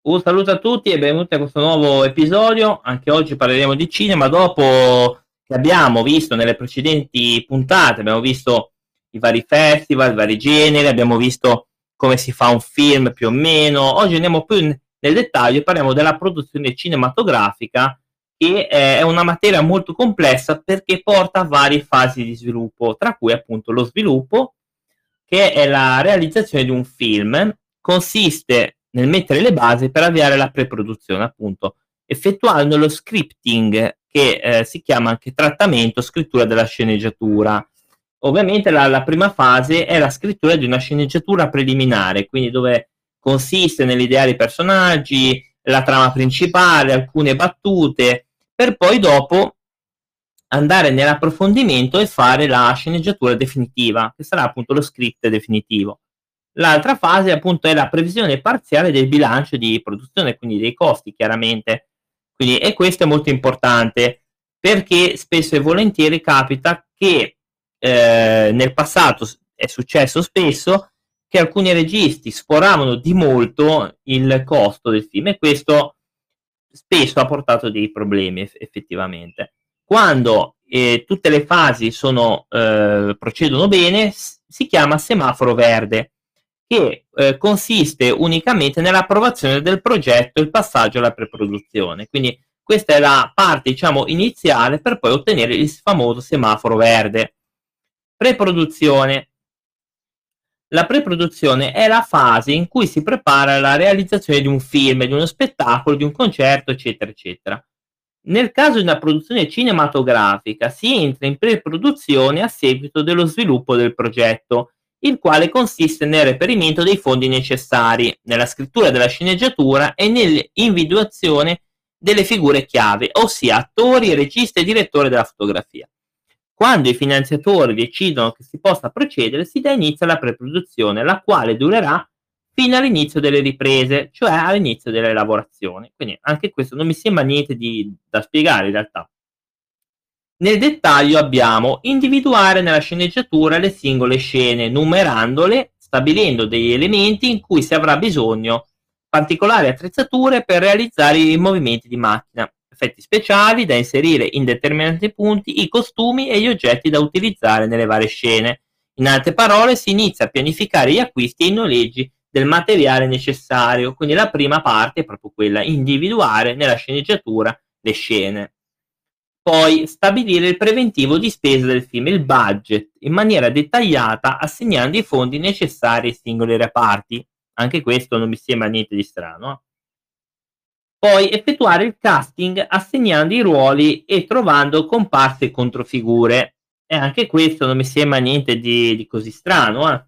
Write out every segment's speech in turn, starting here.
Un saluto a tutti e benvenuti a questo nuovo episodio. Anche oggi parleremo di cinema. Dopo che abbiamo visto nelle precedenti puntate, abbiamo visto i vari festival, i vari generi, abbiamo visto come si fa un film più o meno. Oggi andiamo più nel dettaglio e parliamo della produzione cinematografica, che è una materia molto complessa perché porta a varie fasi di sviluppo, tra cui appunto lo sviluppo, che è la realizzazione di un film, consiste nel mettere le basi per avviare la pre-produzione, appunto, effettuando lo scripting, che si chiama anche trattamento, scrittura della sceneggiatura. Ovviamente la prima fase è la scrittura di una sceneggiatura preliminare, quindi dove consiste nell'ideare i personaggi, la trama principale, alcune battute, per poi dopo andare nell'approfondimento e fare la sceneggiatura definitiva, che sarà appunto lo script definitivo. L'altra fase appunto è la previsione parziale del bilancio di produzione, quindi dei costi chiaramente. Quindi, e questo è molto importante perché spesso e volentieri capita che nel passato è successo spesso che alcuni registi sforavano di molto il costo del film e questo spesso ha portato dei problemi effettivamente. Quando tutte le fasi procedono bene, si chiama semaforo verde, che consiste unicamente nell'approvazione del progetto e il passaggio alla preproduzione. Quindi questa è la parte, diciamo, iniziale per poi ottenere il famoso semaforo verde. Preproduzione. La pre-produzione è la fase in cui si prepara la realizzazione di un film, di uno spettacolo, di un concerto, eccetera, eccetera. Nel caso di una produzione cinematografica si entra in pre-produzione a seguito dello sviluppo del progetto, il quale consiste nel reperimento dei fondi necessari, nella scrittura della sceneggiatura e nell'individuazione delle figure chiave, ossia attori, regista e direttore della fotografia. Quando i finanziatori decidono che si possa procedere, si dà inizio alla pre-produzione, la quale durerà fino all'inizio delle riprese, cioè all'inizio delle lavorazioni. Quindi anche questo non mi sembra niente da spiegare in realtà. Nel dettaglio abbiamo individuare nella sceneggiatura le singole scene, numerandole, stabilendo degli elementi in cui si avrà bisogno, particolari attrezzature per realizzare i movimenti di macchina, effetti speciali da inserire in determinati punti, i costumi e gli oggetti da utilizzare nelle varie scene. In altre parole, si inizia a pianificare gli acquisti e i noleggi del materiale necessario. Quindi la prima parte è proprio quella, individuare nella sceneggiatura le scene. Poi stabilire il preventivo di spesa del film, il budget, in maniera dettagliata assegnando i fondi necessari ai singoli reparti. Anche questo non mi sembra niente di strano. Poi effettuare il casting assegnando i ruoli e trovando comparse e controfigure. E anche questo non mi sembra niente di così strano.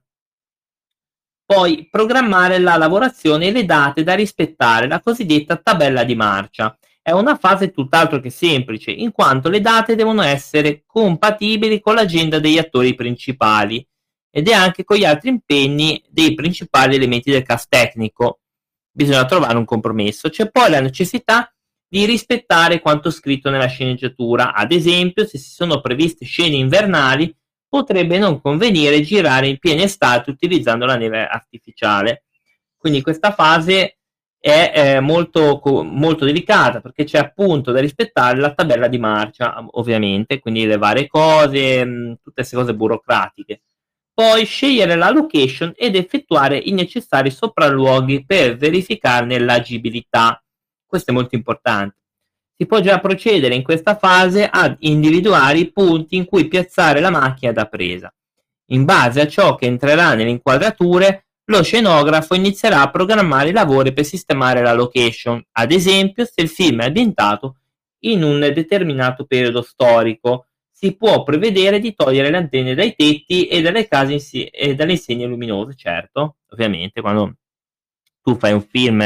Poi programmare la lavorazione e le date da rispettare, la cosiddetta tabella di marcia. È una fase tutt'altro che semplice, in quanto le date devono essere compatibili con l'agenda degli attori principali ed è anche con gli altri impegni dei principali elementi del cast tecnico. Bisogna trovare un compromesso. C'è poi la necessità di rispettare quanto scritto nella sceneggiatura. Ad esempio, se si sono previste scene invernali, potrebbe non convenire girare in piena estate utilizzando la neve artificiale. Quindi questa fase è molto delicata perché c'è appunto da rispettare la tabella di marcia, ovviamente, quindi le varie cose, tutte queste cose burocratiche. Poi scegliere la location ed effettuare i necessari sopralluoghi per verificarne l'agibilità. Questo è molto importante. Si può già procedere in questa fase ad individuare i punti in cui piazzare la macchina da presa. In base a ciò che entrerà nelle inquadrature, lo scenografo inizierà a programmare i lavori per sistemare la location, ad esempio se il film è ambientato in un determinato periodo storico. Si può prevedere di togliere le antenne dai tetti e dalle case e dalle insegne luminose, certo, ovviamente, quando tu fai un film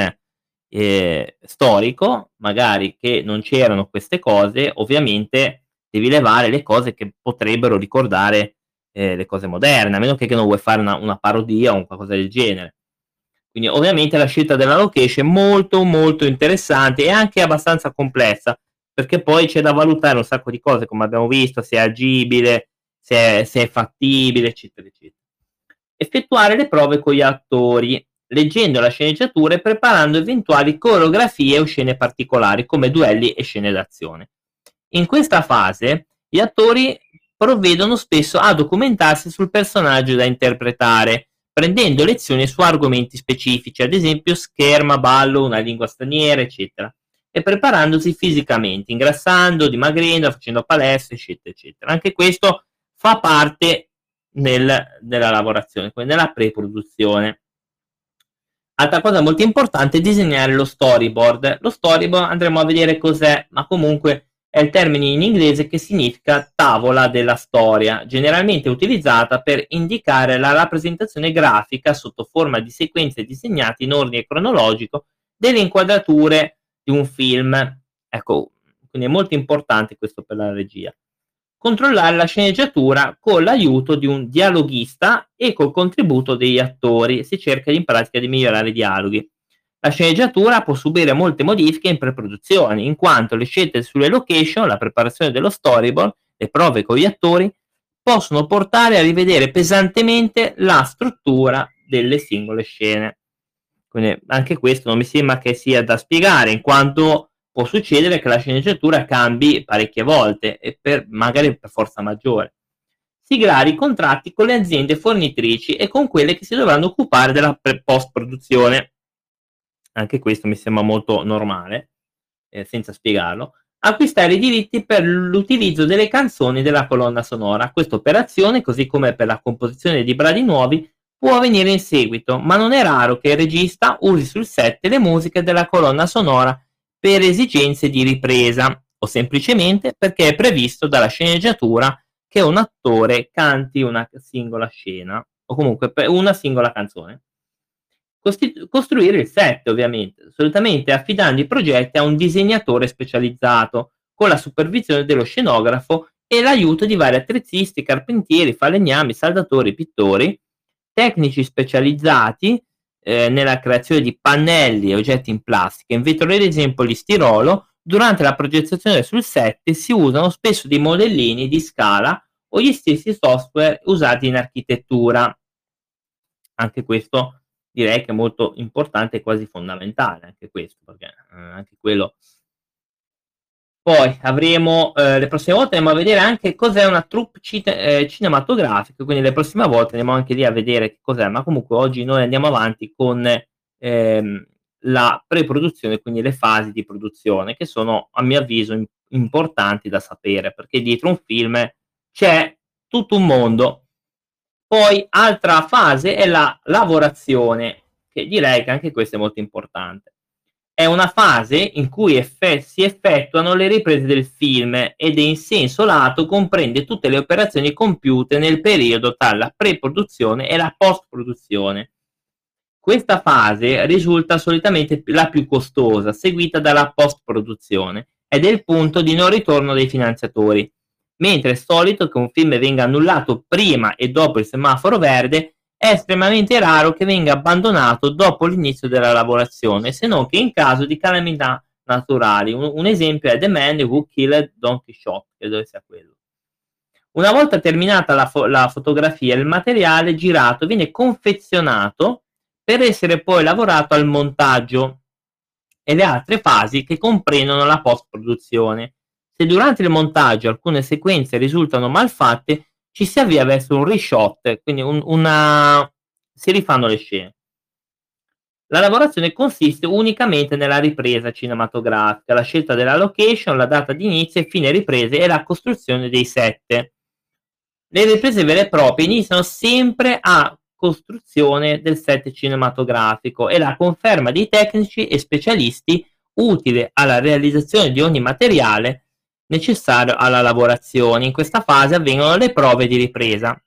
storico, magari che non c'erano queste cose, ovviamente devi levare le cose che potrebbero ricordare le cose moderne, a meno che non vuoi fare una parodia o un qualcosa del genere. Quindi ovviamente la scelta della location è molto molto interessante e anche abbastanza complessa, perché poi c'è da valutare un sacco di cose, come abbiamo visto, se è agibile, se è fattibile, eccetera, eccetera. Effettuare le prove con gli attori. leggendo la sceneggiatura e preparando eventuali coreografie o scene particolari, come duelli e scene d'azione. In questa fase, gli attori provvedono spesso a documentarsi sul personaggio da interpretare, prendendo lezioni su argomenti specifici, ad esempio scherma, ballo, una lingua straniera, eccetera, e preparandosi fisicamente, ingrassando, dimagrendo, facendo palestra, eccetera, eccetera. Anche questo fa parte della lavorazione, quindi nella pre-produzione. Altra cosa molto importante è disegnare lo storyboard. Lo storyboard andremo a vedere cos'è, ma comunque è il termine in inglese che significa tavola della storia, generalmente utilizzata per indicare la rappresentazione grafica sotto forma di sequenze disegnate in ordine cronologico delle inquadrature di un film. Ecco, quindi è molto importante questo per la regia. Controllare la sceneggiatura con l'aiuto di un dialoghista e col contributo degli attori. Si cerca in pratica di migliorare i dialoghi. La sceneggiatura può subire molte modifiche in pre-produzione, in quanto le scelte sulle location, la preparazione dello storyboard, le prove con gli attori, possono portare a rivedere pesantemente la struttura delle singole scene. Quindi anche questo non mi sembra che sia da spiegare, in quanto può succedere che la sceneggiatura cambi parecchie volte e magari per forza maggiore. Siglare i contratti con le aziende fornitrici e con quelle che si dovranno occupare della post-produzione. Anche questo mi sembra molto normale, senza spiegarlo. Acquistare i diritti per l'utilizzo delle canzoni della colonna sonora. Questa operazione, così come per la composizione di brani nuovi, può avvenire in seguito, ma non è raro che il regista usi sul set le musiche della colonna sonora per esigenze di ripresa o semplicemente perché è previsto dalla sceneggiatura che un attore canti una singola scena o comunque una singola canzone. Costruire il set, ovviamente, solitamente affidando i progetti a un disegnatore specializzato con la supervisione dello scenografo e l'aiuto di vari attrezzisti, carpentieri, falegnami, saldatori, pittori, tecnici specializzati nella creazione di pannelli e oggetti in plastica, in vetro ad esempio di stirolo. Durante la progettazione sul set si usano spesso dei modellini di scala o gli stessi software usati in architettura. Anche questo direi che è molto importante e quasi fondamentale, anche questo, perché anche quello. Poi avremo, le prossime volte andremo a vedere anche cos'è una troupe cinematografica, quindi le prossime volte andremo anche lì a vedere che cos'è, ma comunque oggi noi andiamo avanti con la pre-produzione, quindi le fasi di produzione, che sono a mio avviso importanti da sapere, perché dietro un film c'è tutto un mondo. Poi altra fase è la lavorazione, che direi che anche questa è molto importante. È una fase in cui si effettuano le riprese del film ed in senso lato comprende tutte le operazioni compiute nel periodo tra la pre-produzione e la post-produzione. Questa fase risulta solitamente la più costosa, seguita dalla post-produzione, ed è il punto di non ritorno dei finanziatori. Mentre è solito che un film venga annullato prima e dopo il semaforo verde, è estremamente raro che venga abbandonato dopo l'inizio della lavorazione, se non che in caso di calamità naturali. Un esempio è The Man Who Killed Don Quixote, credo sia quello. Una volta terminata la fotografia, il materiale girato viene confezionato per essere poi lavorato al montaggio e le altre fasi che comprendono la post-produzione. Se durante il montaggio alcune sequenze risultano malfatte, ci si avvia verso un reshot, quindi si rifanno le scene. La lavorazione consiste unicamente nella ripresa cinematografica, la scelta della location, la data di inizio e fine riprese e la costruzione dei set. Le riprese vere e proprie iniziano sempre a costruzione del set cinematografico e la conferma dei tecnici e specialisti utile alla realizzazione di ogni materiale necessario alla lavorazione. In questa fase avvengono le prove di ripresa.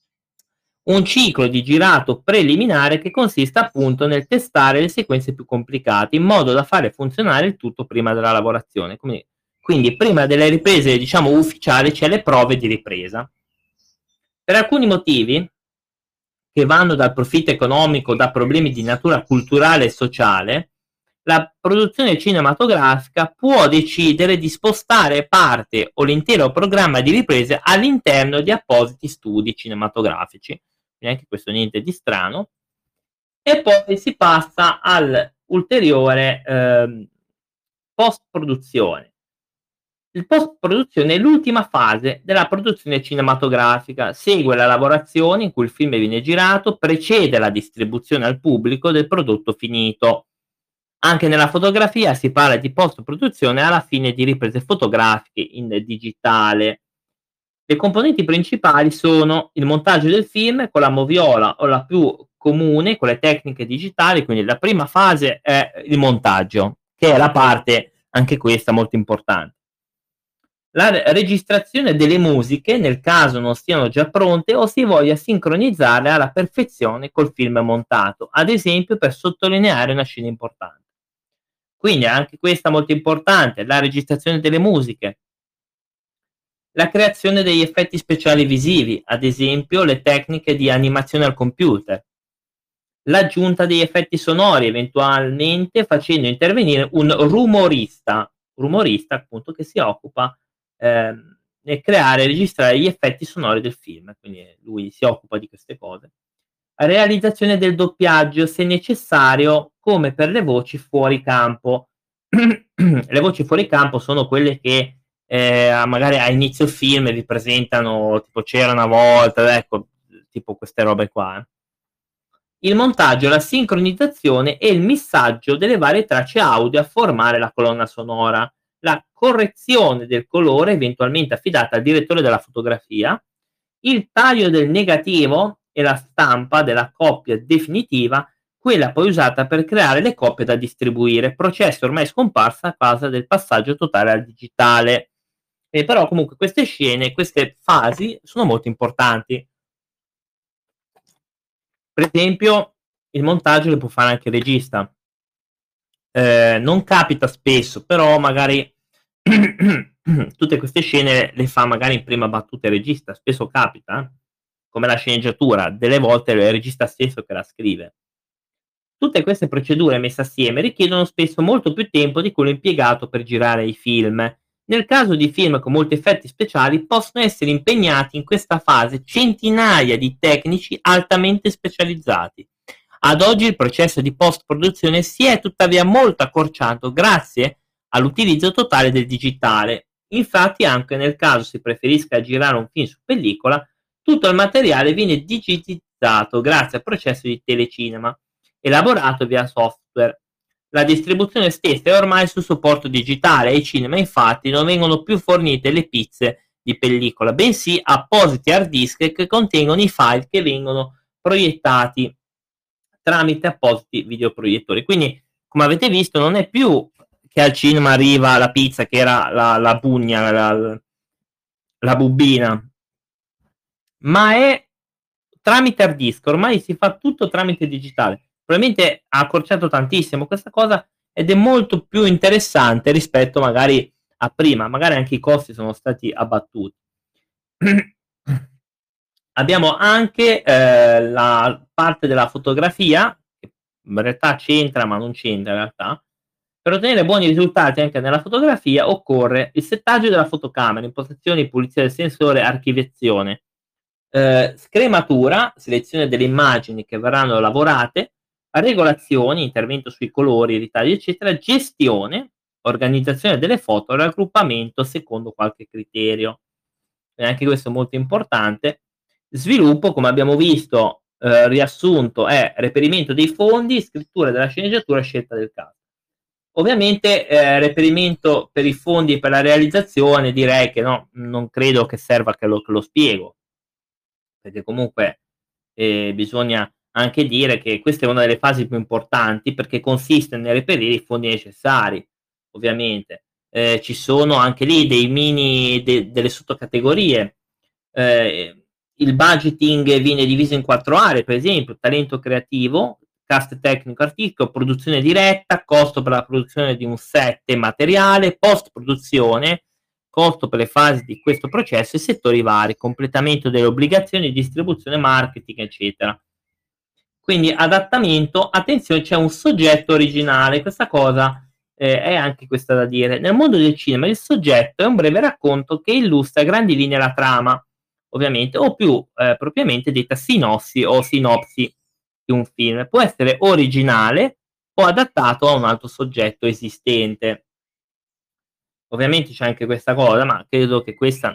Un ciclo di girato preliminare che consiste appunto nel testare le sequenze più complicate in modo da fare funzionare il tutto prima della lavorazione. Quindi prima delle riprese, diciamo, ufficiali c'è le prove di ripresa. Per alcuni motivi, che vanno dal profitto economico da problemi di natura culturale e sociale, la produzione cinematografica può decidere di spostare parte o l'intero programma di riprese all'interno di appositi studi cinematografici, quindi anche questo niente di strano, e poi si passa all'ulteriore post-produzione. Il post-produzione è l'ultima fase della produzione cinematografica, segue la lavorazione in cui il film viene girato, precede la distribuzione al pubblico del prodotto finito. Anche nella fotografia si parla di post-produzione alla fine di riprese fotografiche in digitale. Le componenti principali sono il montaggio del film con la moviola o la più comune con le tecniche digitali, quindi la prima fase è il montaggio, che è la parte anche questa molto importante. La registrazione delle musiche, nel caso non siano già pronte o si voglia sincronizzarle alla perfezione col film montato, ad esempio per sottolineare una scena importante. Quindi anche questa molto importante, la registrazione delle musiche, la creazione degli effetti speciali visivi, ad esempio le tecniche di animazione al computer, l'aggiunta degli effetti sonori, eventualmente facendo intervenire un rumorista appunto che si occupa nel creare e registrare gli effetti sonori del film, quindi lui si occupa di queste cose. La realizzazione del doppiaggio, se necessario, come per le voci fuori campo. Le voci fuori campo sono quelle che magari a inizio film vi presentano, tipo c'era una volta, ecco, tipo queste robe qua. Il montaggio, la sincronizzazione e il missaggio delle varie tracce audio a formare la colonna sonora, la correzione del colore eventualmente affidata al direttore della fotografia, il taglio del negativo e la stampa della coppia definitiva, quella poi usata per creare le copie da distribuire, processo ormai scomparso a causa del passaggio totale al digitale. Però comunque queste scene, queste fasi sono molto importanti. Per esempio, il montaggio lo può fare anche il regista. Non capita spesso, però magari tutte queste scene le fa magari in prima battuta il regista, spesso capita, come la sceneggiatura, delle volte è il regista stesso che la scrive. Tutte queste procedure messe assieme richiedono spesso molto più tempo di quello impiegato per girare i film. Nel caso di film con molti effetti speciali possono essere impegnati in questa fase centinaia di tecnici altamente specializzati. Ad oggi il processo di post-produzione si è tuttavia molto accorciato grazie all'utilizzo totale del digitale. Infatti, anche nel caso si preferisca girare un film su pellicola, tutto il materiale viene digitizzato grazie al processo di telecinema, elaborato via software. La distribuzione stessa è ormai su supporto digitale e ai cinema infatti non vengono più fornite le pizze di pellicola, bensì appositi hard disk che contengono i file che vengono proiettati tramite appositi videoproiettori. Quindi, come avete visto, non è più che al cinema arriva la pizza, che era la bugna, la bubina, ma è tramite hard disk. Ormai si fa tutto tramite digitale. Probabilmente ha accorciato tantissimo questa cosa ed è molto più interessante rispetto magari a prima. Magari anche i costi sono stati abbattuti. Abbiamo anche la parte della fotografia, che in realtà c'entra ma non c'entra in realtà. Per ottenere buoni risultati anche nella fotografia occorre il settaggio della fotocamera, impostazioni, pulizia del sensore, archiviazione, scrematura, selezione delle immagini che verranno lavorate, regolazioni, intervento sui colori, ritagli eccetera, gestione, organizzazione delle foto, raggruppamento secondo qualche criterio. E anche questo è molto importante. Sviluppo, come abbiamo visto, riassunto è reperimento dei fondi, scrittura della sceneggiatura, scelta del cast. Ovviamente reperimento per i fondi e per la realizzazione direi che no, non credo che serva che lo spiego, perché comunque bisogna anche dire che questa è una delle fasi più importanti perché consiste nel reperire i fondi necessari, ovviamente. Ci sono anche lì delle sottocategorie. Il budgeting viene diviso in 4 aree, per esempio talento creativo, cast tecnico artistico, produzione diretta, costo per la produzione di un set e materiale, post produzione, costo per le fasi di questo processo e settori vari, completamento delle obbligazioni, distribuzione, marketing, eccetera. Quindi adattamento, attenzione, c'è un soggetto originale, questa cosa è anche questa da dire. Nel mondo del cinema il soggetto è un breve racconto che illustra a grandi linee la trama, ovviamente, o più propriamente detta sinossi o sinopsi. di un film, può essere originale o adattato a un altro soggetto esistente. Ovviamente c'è anche questa cosa, ma credo che questa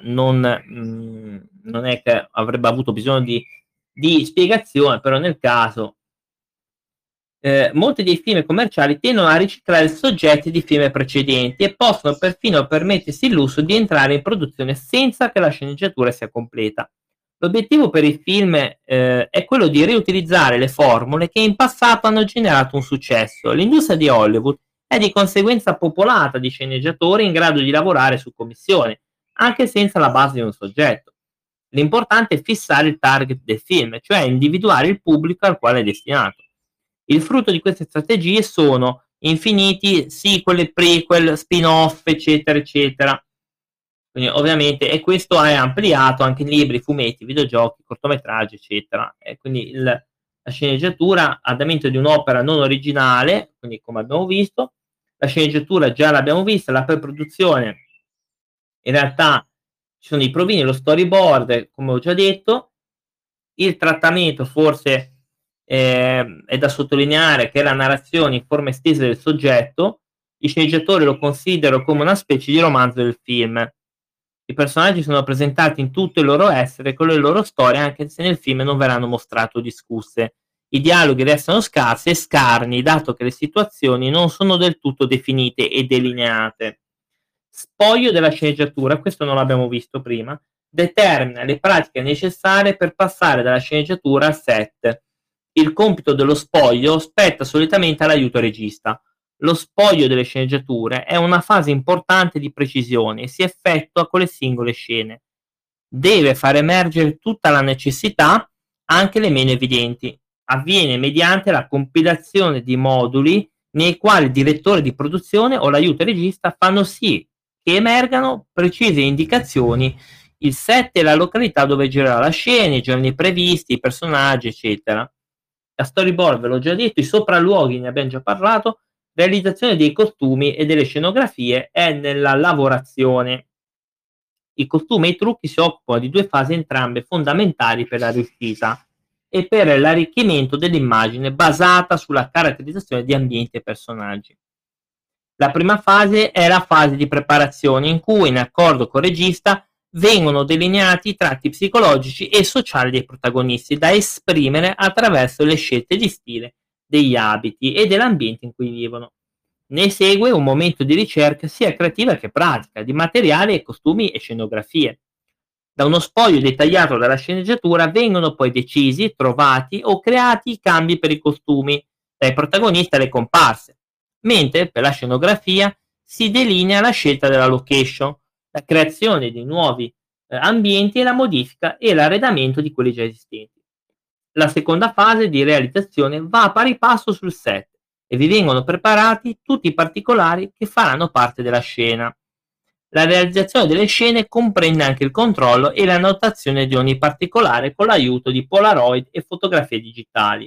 non è che avrebbe avuto bisogno di spiegazione, però nel caso molti dei film commerciali tendono a riciclare soggetti di film precedenti e possono perfino permettersi il lusso di entrare in produzione senza che la sceneggiatura sia completa. L'obiettivo per i film è quello di riutilizzare le formule che in passato hanno generato un successo. L'industria di Hollywood è di conseguenza popolata di sceneggiatori in grado di lavorare su commissione, anche senza la base di un soggetto. L'importante è fissare il target del film, cioè individuare il pubblico al quale è destinato. Il frutto di queste strategie sono infiniti sequel, prequel, spin-off, eccetera, eccetera. Quindi, ovviamente, e questo è ampliato anche in libri, fumetti, videogiochi, cortometraggi, eccetera. E quindi la sceneggiatura, adattamento di un'opera non originale, quindi come abbiamo visto, la sceneggiatura già l'abbiamo vista, la pre-produzione, in realtà ci sono i provini, lo storyboard, come ho già detto, il trattamento forse è da sottolineare che la narrazione in forma estesa del soggetto, i sceneggiatori lo considerano come una specie di romanzo del film. I personaggi sono presentati in tutto il loro essere con le loro storie, anche se nel film non verranno mostrate o discusse. I dialoghi restano scarsi e scarni, dato che le situazioni non sono del tutto definite e delineate. Spoglio della sceneggiatura, questo non l'abbiamo visto prima, determina le pratiche necessarie per passare dalla sceneggiatura al set. Il compito dello spoglio spetta solitamente all'aiuto regista. Lo spoglio delle sceneggiature è una fase importante di precisione e si effettua con le singole scene. Deve far emergere tutta la necessità, anche le meno evidenti. Avviene mediante la compilazione di moduli nei quali il direttore di produzione o l'aiuto regista fanno sì che emergano precise indicazioni, il set e la località dove girerà la scena, i giorni previsti, i personaggi, eccetera. La storyboard ve l'ho già detto, i sopralluoghi ne abbiamo già parlato, realizzazione dei costumi e delle scenografie è nella lavorazione. I costumi e i trucchi si occupano di due fasi entrambe fondamentali per la riuscita e per l'arricchimento dell'immagine basata sulla caratterizzazione di ambienti e personaggi. La prima fase è la fase di preparazione in cui, in accordo col regista, vengono delineati i tratti psicologici e sociali dei protagonisti da esprimere attraverso le scelte di stile, degli abiti e dell'ambiente in cui vivono. Ne segue un momento di ricerca sia creativa che pratica, di materiali e costumi e scenografie. Da uno spoglio dettagliato della sceneggiatura vengono poi decisi, trovati o creati i cambi per i costumi, dai protagonisti alle comparse, mentre per la scenografia si delinea la scelta della location, la creazione di nuovi ambienti e la modifica e l'arredamento di quelli già esistenti. La seconda fase di realizzazione va a pari passo sul set e vi vengono preparati tutti i particolari che faranno parte della scena. La realizzazione delle scene comprende anche il controllo e la notazione di ogni particolare con l'aiuto di Polaroid e fotografie digitali.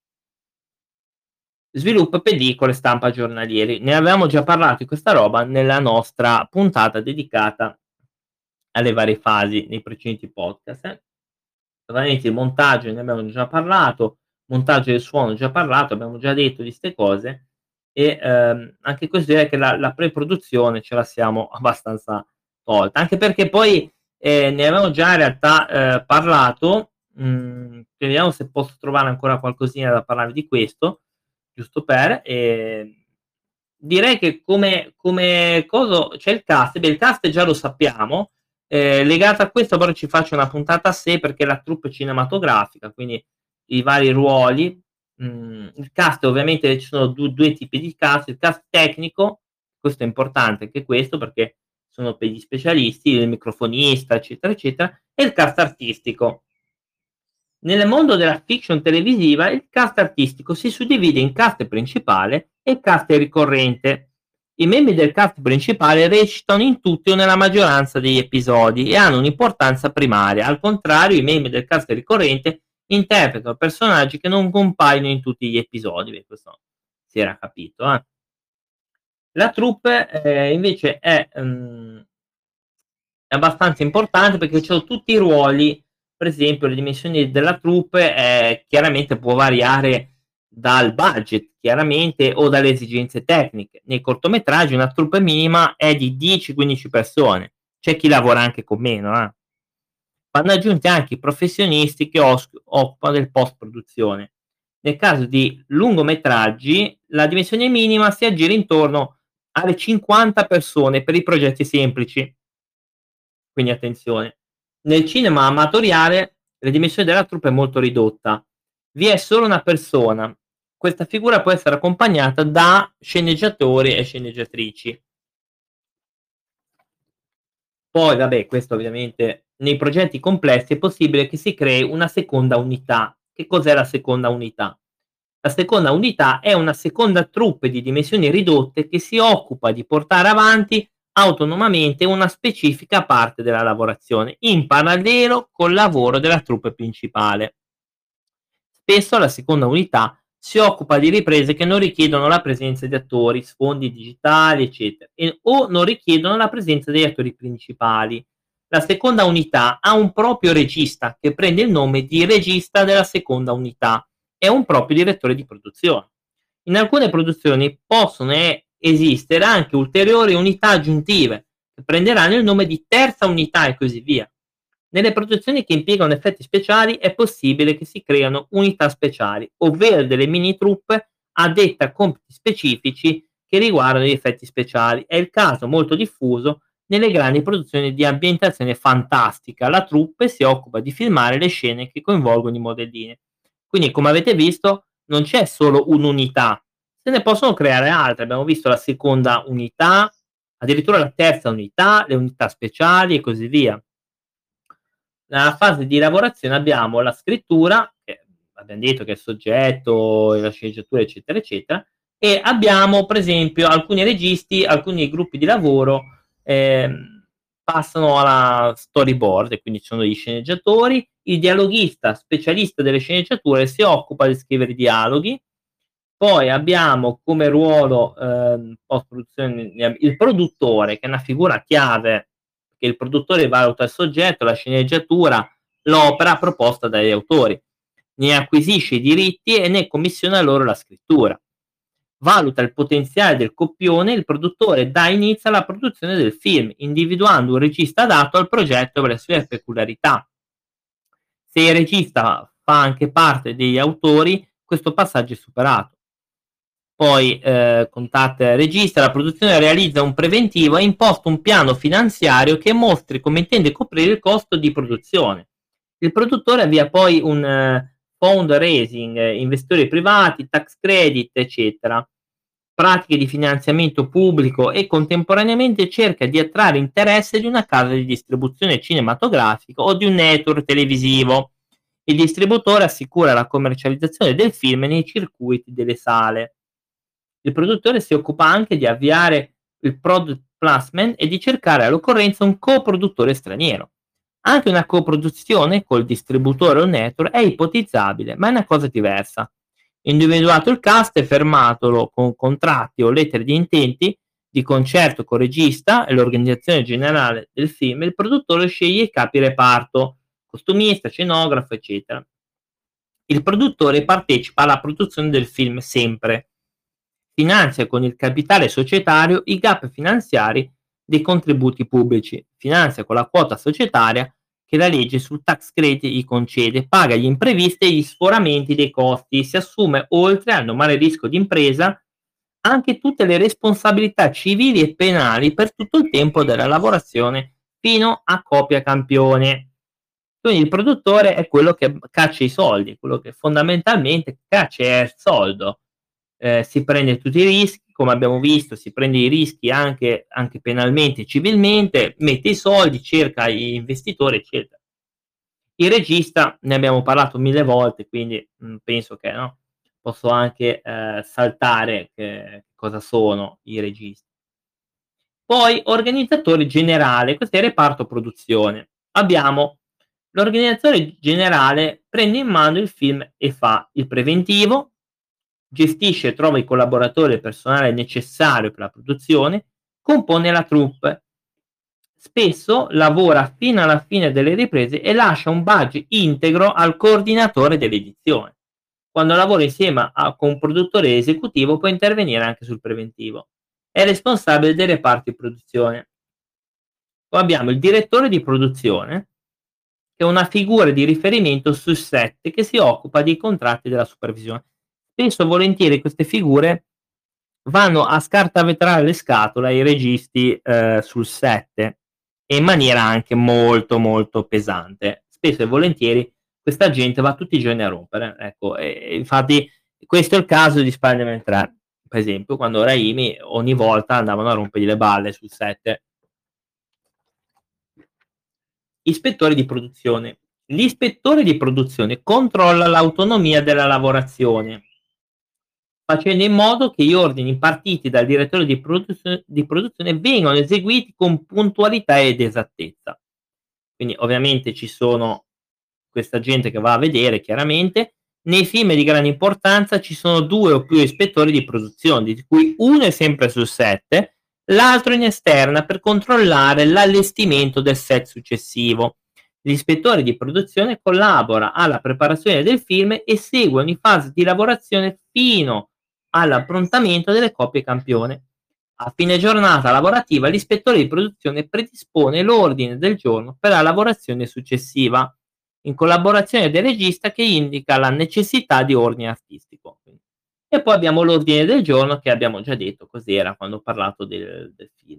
Sviluppo pellicole, stampa giornalieri. Ne avevamo già parlato di questa roba nella nostra puntata dedicata alle varie fasi nei precedenti podcast. Ovviamente il montaggio ne abbiamo già parlato, montaggio del suono già parlato, abbiamo già detto di 'ste cose e, anche questo direi che la pre-produzione ce la siamo abbastanza tolta, anche perché poi, ne avevamo già in realtà, parlato, vediamo se posso trovare ancora qualcosina da parlarvi di questo, giusto per, direi che come coso c'è il cast, beh il cast già lo sappiamo, legato a questo però ci faccio una puntata a sé perché la troupe cinematografica, quindi i vari ruoli, il cast ovviamente ci sono due tipi di cast, il cast tecnico, questo è importante anche questo perché sono per gli specialisti, il microfonista, eccetera, eccetera, e il cast artistico. Nel mondo della fiction televisiva il cast artistico si suddivide in cast principale e cast ricorrente. I membri del cast principale recitano in tutti o nella maggioranza degli episodi e hanno un'importanza primaria. Al contrario, i membri del cast ricorrente interpretano personaggi che non compaiono in tutti gli episodi. Beh, questo si era capito. La troupe invece è abbastanza importante perché ci sono tutti i ruoli per esempio le dimensioni della troupe chiaramente può variare dal budget, chiaramente, o dalle esigenze tecniche. Nei cortometraggi una troupe minima è di 10-15 persone, c'è chi lavora anche con meno. Vanno aggiunti anche i professionisti che occupano del post produzione. Nel caso di lungometraggi, la dimensione minima si aggira intorno alle 50 persone per i progetti semplici, quindi attenzione. Nel cinema amatoriale la dimensione della troupe è molto ridotta. Vi è solo una persona. Questa figura può essere accompagnata da sceneggiatori e sceneggiatrici. Poi, vabbè, questo ovviamente nei progetti complessi è possibile che si crei una seconda unità. Che cos'è la seconda unità? La seconda unità è una seconda troupe di dimensioni ridotte che si occupa di portare avanti autonomamente una specifica parte della lavorazione, in parallelo col lavoro della troupe principale. Spesso la seconda unità si occupa di riprese che non richiedono la presenza di attori, sfondi digitali, eccetera, o non richiedono la presenza degli attori principali. La seconda unità ha un proprio regista che prende il nome di regista della seconda unità e un proprio direttore di produzione. In alcune produzioni possono esistere anche ulteriori unità aggiuntive che prenderanno il nome di terza unità e così via. Nelle produzioni che impiegano effetti speciali è possibile che si creano unità speciali, ovvero delle mini truppe addette a compiti specifici che riguardano gli effetti speciali. È il caso molto diffuso nelle grandi produzioni di ambientazione fantastica. La troupe si occupa di filmare le scene che coinvolgono i modellini. Quindi, come avete visto, non c'è solo un'unità, se ne possono creare altre. Abbiamo visto la seconda unità, addirittura la terza unità, le unità speciali e così via. Nella fase di lavorazione abbiamo la scrittura, che abbiamo detto che è il soggetto, la sceneggiatura, eccetera, eccetera, e abbiamo per esempio alcuni registi, alcuni gruppi di lavoro passano alla storyboard, e quindi ci sono gli sceneggiatori, il dialoghista, specialista delle sceneggiature, si occupa di scrivere i dialoghi, poi abbiamo come ruolo post produzione il produttore, che è una figura chiave, che il produttore valuta il soggetto, la sceneggiatura, l'opera proposta dagli autori, ne acquisisce i diritti e ne commissiona loro la scrittura. Valuta il potenziale del copione, il produttore dà inizio alla produzione del film, individuando un regista adatto al progetto per le sue peculiarità. Se il regista fa anche parte degli autori, questo passaggio è superato. Poi contatta il regista, la produzione realizza un preventivo e imposta un piano finanziario che mostri come intende coprire il costo di produzione. Il produttore avvia poi un fundraising, investitori privati, tax credit, eccetera, pratiche di finanziamento pubblico e contemporaneamente cerca di attrarre interesse di una casa di distribuzione cinematografica o di un network televisivo. Il distributore assicura la commercializzazione del film nei circuiti delle sale. Il produttore si occupa anche di avviare il product placement e di cercare all'occorrenza un coproduttore straniero. Anche una coproduzione col distributore o network è ipotizzabile, ma è una cosa diversa. Individuato il cast e fermatolo con contratti o lettere di intenti, di concerto col regista e l'organizzazione generale del film, il produttore sceglie i capi reparto, costumista, scenografo, eccetera. Il produttore partecipa alla produzione del film sempre. Finanzia con il capitale societario i gap finanziari dei contributi pubblici, finanzia con la quota societaria che la legge sul tax credit gli concede, paga gli imprevisti e gli sforamenti dei costi, si assume, oltre al normale rischio di impresa, anche tutte le responsabilità civili e penali per tutto il tempo della lavorazione fino a copia campione. Quindi il produttore è quello che caccia i soldi, quello che fondamentalmente caccia il soldo. Si prende tutti i rischi, come abbiamo visto, si prende i rischi anche penalmente e civilmente, mette i soldi, cerca gli investitori, eccetera. Il regista ne abbiamo parlato 1000 volte, quindi penso che no, posso anche saltare che cosa sono i registi. Poi organizzatore generale, questo è il reparto produzione. Abbiamo l'organizzatore generale, prende in mano il film e fa il preventivo, gestisce e trova i collaboratori e il personale necessario per la produzione, compone la troupe. spesso lavora fino alla fine delle riprese e lascia un badge integro al coordinatore dell'edizione. Quando lavora insieme con un produttore esecutivo può intervenire anche sul preventivo. È responsabile dei reparti produzione. Poi abbiamo il direttore di produzione, che è una figura di riferimento sul set che si occupa dei contratti della supervisione. Spesso e volentieri queste figure vanno a scartavetrare le scatole ai registi sul set e in maniera anche molto molto pesante. Spesso e volentieri questa gente va tutti i giorni a rompere. Ecco, infatti questo è il caso di Spider-Man 3, per esempio, quando Raimi ogni volta andavano a rompergli le balle sul set. Ispettore di produzione. L'ispettore di produzione controlla l'autonomia della lavorazione, facendo in modo che gli ordini impartiti dal direttore di produzione vengano eseguiti con puntualità ed esattezza. Quindi ovviamente ci sono questa gente che va a vedere chiaramente. Nei film di grande importanza ci sono 2 o più ispettori di produzione, di cui uno è sempre sul set, l'altro in esterna per controllare l'allestimento del set successivo. L'ispettore di produzione collabora alla preparazione del film e segue ogni fase di lavorazione fino all'approntamento delle coppie campione. A fine giornata lavorativa l'ispettore di produzione predispone l'ordine del giorno per la lavorazione successiva, in collaborazione del regista che indica la necessità di ordine artistico. E poi abbiamo l'ordine del giorno che abbiamo già detto cos'era quando ho parlato del film.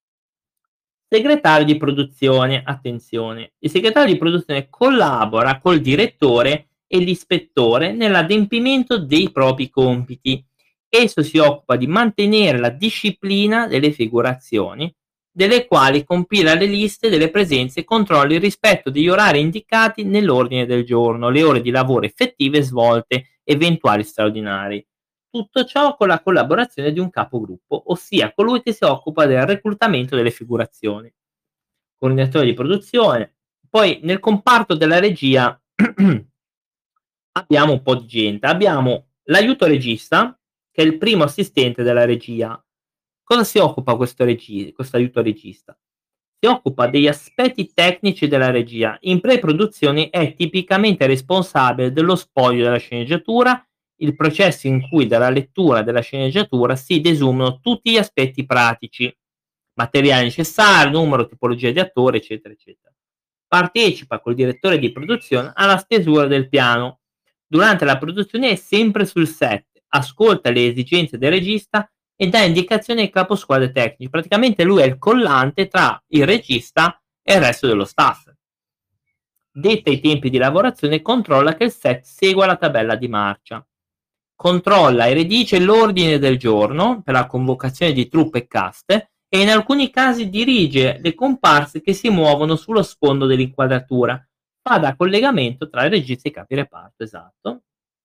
Segretario di produzione, attenzione, il segretario di produzione collabora col direttore e l'ispettore nell'adempimento dei propri compiti. Esso si occupa di mantenere la disciplina delle figurazioni, delle quali compila le liste delle presenze e controlla il rispetto degli orari indicati nell'ordine del giorno, le ore di lavoro effettive svolte, eventuali straordinari. Tutto ciò con la collaborazione di un capogruppo, ossia colui che si occupa del reclutamento delle figurazioni, coordinatore di produzione. Poi nel comparto della regia abbiamo un po' di gente. Abbiamo l'aiuto regista, che è il primo assistente della regia. Cosa si occupa questo aiuto regista? Si occupa degli aspetti tecnici della regia. In pre-produzione è tipicamente responsabile dello spoglio della sceneggiatura, il processo in cui dalla lettura della sceneggiatura si desumano tutti gli aspetti pratici, materiali necessari, numero, tipologia di attore, eccetera, eccetera. Partecipa col direttore di produzione alla stesura del piano. Durante la produzione è sempre sul set, ascolta le esigenze del regista e dà indicazioni ai caposquadre tecnici. Praticamente lui è il collante tra il regista e il resto dello staff. Detta i tempi di lavorazione e controlla che il set segua la tabella di marcia. Controlla e redige l'ordine del giorno per la convocazione di truppe e cast e in alcuni casi dirige le comparse che si muovono sullo sfondo dell'inquadratura. Fa da collegamento tra il regista e i capi reparto, esatto.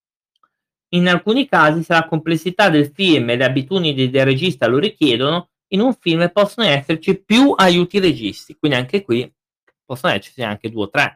In alcuni casi, se la complessità del film e le abitudini del regista lo richiedono, in un film possono esserci più aiuti registi, quindi anche qui possono esserci anche 2 o 3,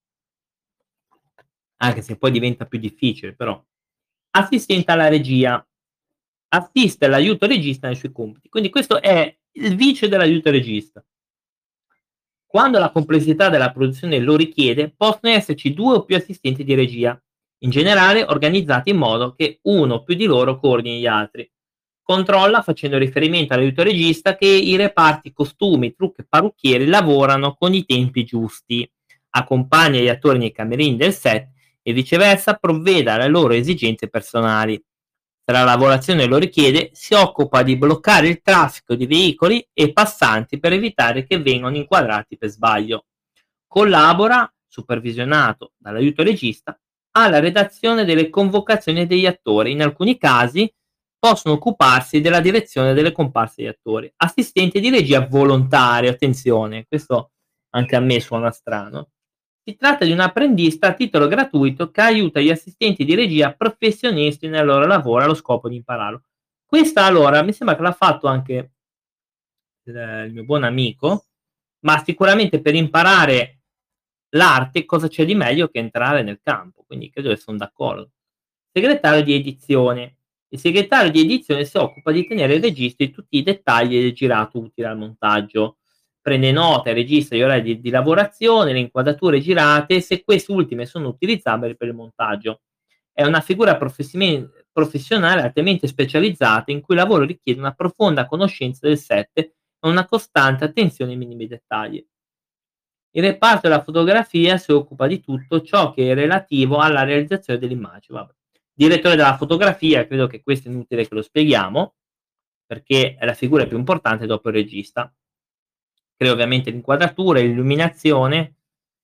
anche se poi diventa più difficile però. Assistente alla regia. Assiste l'aiuto regista nei suoi compiti. Quindi questo è il vice dell'aiuto regista. Quando la complessità della produzione lo richiede, possono esserci 2 o più assistenti di regia, in generale organizzati in modo che uno o più di loro coordini gli altri. Controlla, facendo riferimento all'aiuto regista, che i reparti costumi, trucchi e parrucchieri lavorano con i tempi giusti, accompagna gli attori nei camerini del set e viceversa provveda alle loro esigenze personali. Se la lavorazione lo richiede, si occupa di bloccare il traffico di veicoli e passanti per evitare che vengano inquadrati per sbaglio. Collabora, supervisionato dall'aiuto regista, alla redazione delle convocazioni degli attori. In alcuni casi possono occuparsi della direzione delle comparse degli attori. Assistente di regia volontario, attenzione, questo anche a me suona strano. Si tratta di un apprendista a titolo gratuito che aiuta gli assistenti di regia professionisti nel loro lavoro allo scopo di impararlo. Questa allora mi sembra che l'ha fatto anche il mio buon amico, ma sicuramente per imparare l'arte cosa c'è di meglio che entrare nel campo, quindi credo che sono d'accordo. Segretario di edizione. Il segretario di edizione si occupa di tenere il registro di tutti i dettagli del girato utile al montaggio. prende nota e registra gli orari di lavorazione, le inquadrature girate, se queste ultime sono utilizzabili per il montaggio. È una figura professionale altamente specializzata in cui il lavoro richiede una profonda conoscenza del set e una costante attenzione ai minimi dettagli. Il reparto della fotografia si occupa di tutto ciò che è relativo alla realizzazione dell'immagine. Vabbè. Direttore della fotografia, credo che questo è inutile che lo spieghiamo, perché è la figura più importante dopo il regista. Crea ovviamente l'inquadratura, l'illuminazione,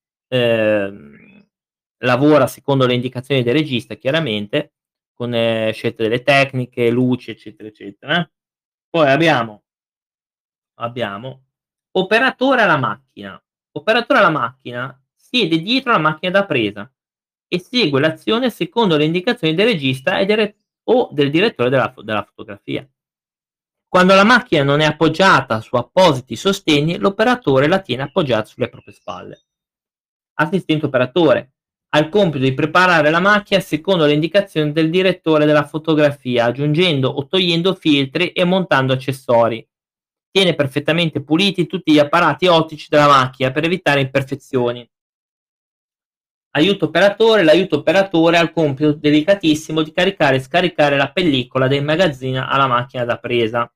lavora secondo le indicazioni del regista chiaramente, con scelte delle tecniche, luci, eccetera, eccetera. Poi abbiamo operatore alla macchina. Operatore alla macchina siede dietro la macchina da presa e segue l'azione secondo le indicazioni del regista o del direttore della fotografia. Quando la macchina non è appoggiata su appositi sostegni, l'operatore la tiene appoggiata sulle proprie spalle. Assistente operatore ha il compito di preparare la macchina secondo le indicazioni del direttore della fotografia, aggiungendo o togliendo filtri e montando accessori. Tiene perfettamente puliti tutti gli apparati ottici della macchina per evitare imperfezioni. Aiuto operatore. L'aiuto operatore ha il compito delicatissimo di caricare e scaricare la pellicola da immagazzina alla macchina da presa.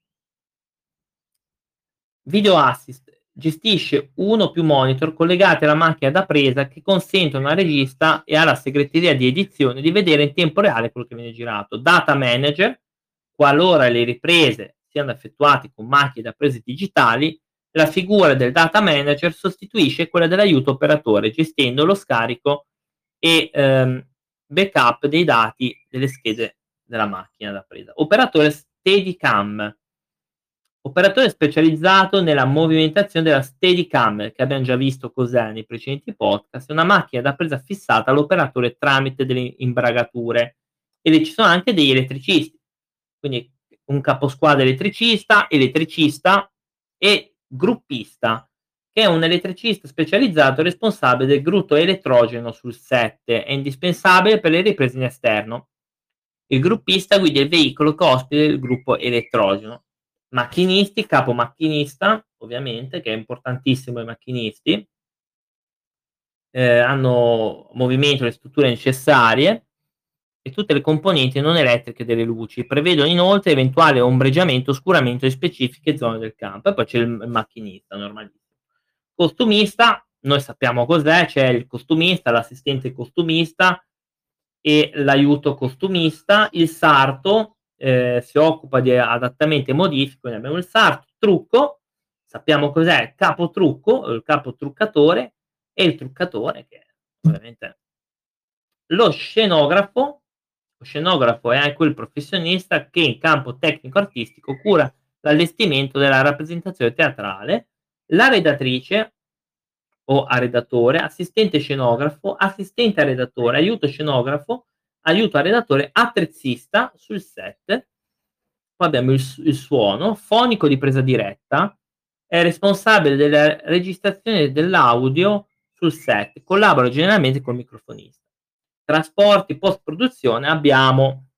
Video Assist gestisce uno o più monitor collegati alla macchina da presa che consentono al regista e alla segreteria di edizione di vedere in tempo reale quello che viene girato. Data Manager, qualora le riprese siano effettuate con macchine da prese digitali, la figura del Data Manager sostituisce quella dell'aiuto operatore, gestendo lo scarico e backup dei dati delle schede della macchina da presa. Operatore Steadicam. Operatore specializzato nella movimentazione della Steadicam, che abbiamo già visto cos'è nei precedenti podcast, è una macchina da presa fissata all'operatore tramite delle imbragature. E lì ci sono anche degli elettricisti, quindi un caposquadra elettricista e gruppista, che è un elettricista specializzato responsabile del gruppo elettrogeno sul set, è indispensabile per le riprese in esterno. Il gruppista guida il veicolo che ospita il gruppo elettrogeno. Macchinisti, capo macchinista, ovviamente, che è importantissimo ai macchinisti, hanno movimento le strutture necessarie e tutte le componenti non elettriche delle luci. Prevedono inoltre eventuale ombreggiamento o oscuramento di specifiche zone del campo. E poi c'è il macchinista, normalissimo. Costumista, noi sappiamo cos'è, c'è il costumista, l'assistente costumista e l'aiuto costumista. Il sarto si occupa di adattamenti e modifiche, quindi abbiamo il sarto. Trucco, sappiamo cos'è, il capo trucco, il capo truccatore e il truccatore, che ovviamente lo scenografo è anche quel professionista che in campo tecnico-artistico cura l'allestimento della rappresentazione teatrale. La redattrice o arredatore, assistente scenografo, assistente arredatore, aiuto scenografo, aiuto arredatore, attrezzista sul set. Poi abbiamo il suono, fonico di presa diretta, è responsabile della registrazione dell'audio sul set, collabora generalmente col microfonista. Trasporti, post produzione abbiamo,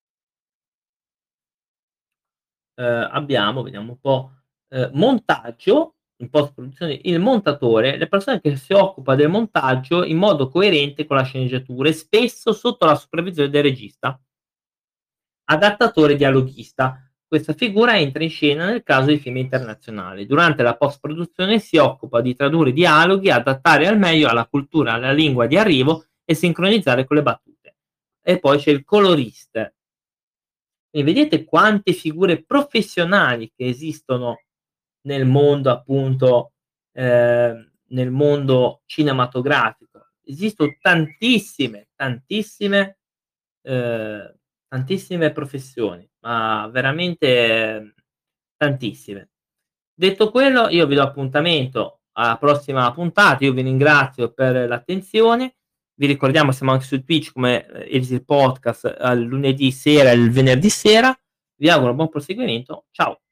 vediamo un po', montaggio, in post produzione il montatore, le persone che si occupa del montaggio in modo coerente con la sceneggiatura e spesso sotto la supervisione del regista. Adattatore dialoghista. Questa figura entra in scena nel caso di film internazionali. Durante la post-produzione si occupa di tradurre i dialoghi, adattare al meglio alla cultura, alla lingua di arrivo e sincronizzare con le battute. E poi c'è il colorista. E vedete quante figure professionali che esistono nel mondo, appunto, nel mondo cinematografico. Esistono tantissime professioni, ma veramente tantissime. Detto quello, io vi do appuntamento alla prossima puntata. Io vi ringrazio per l'attenzione. Vi ricordiamo, siamo anche su Twitch come Elixir Podcast al lunedì sera e il venerdì sera. Vi auguro buon proseguimento. Ciao.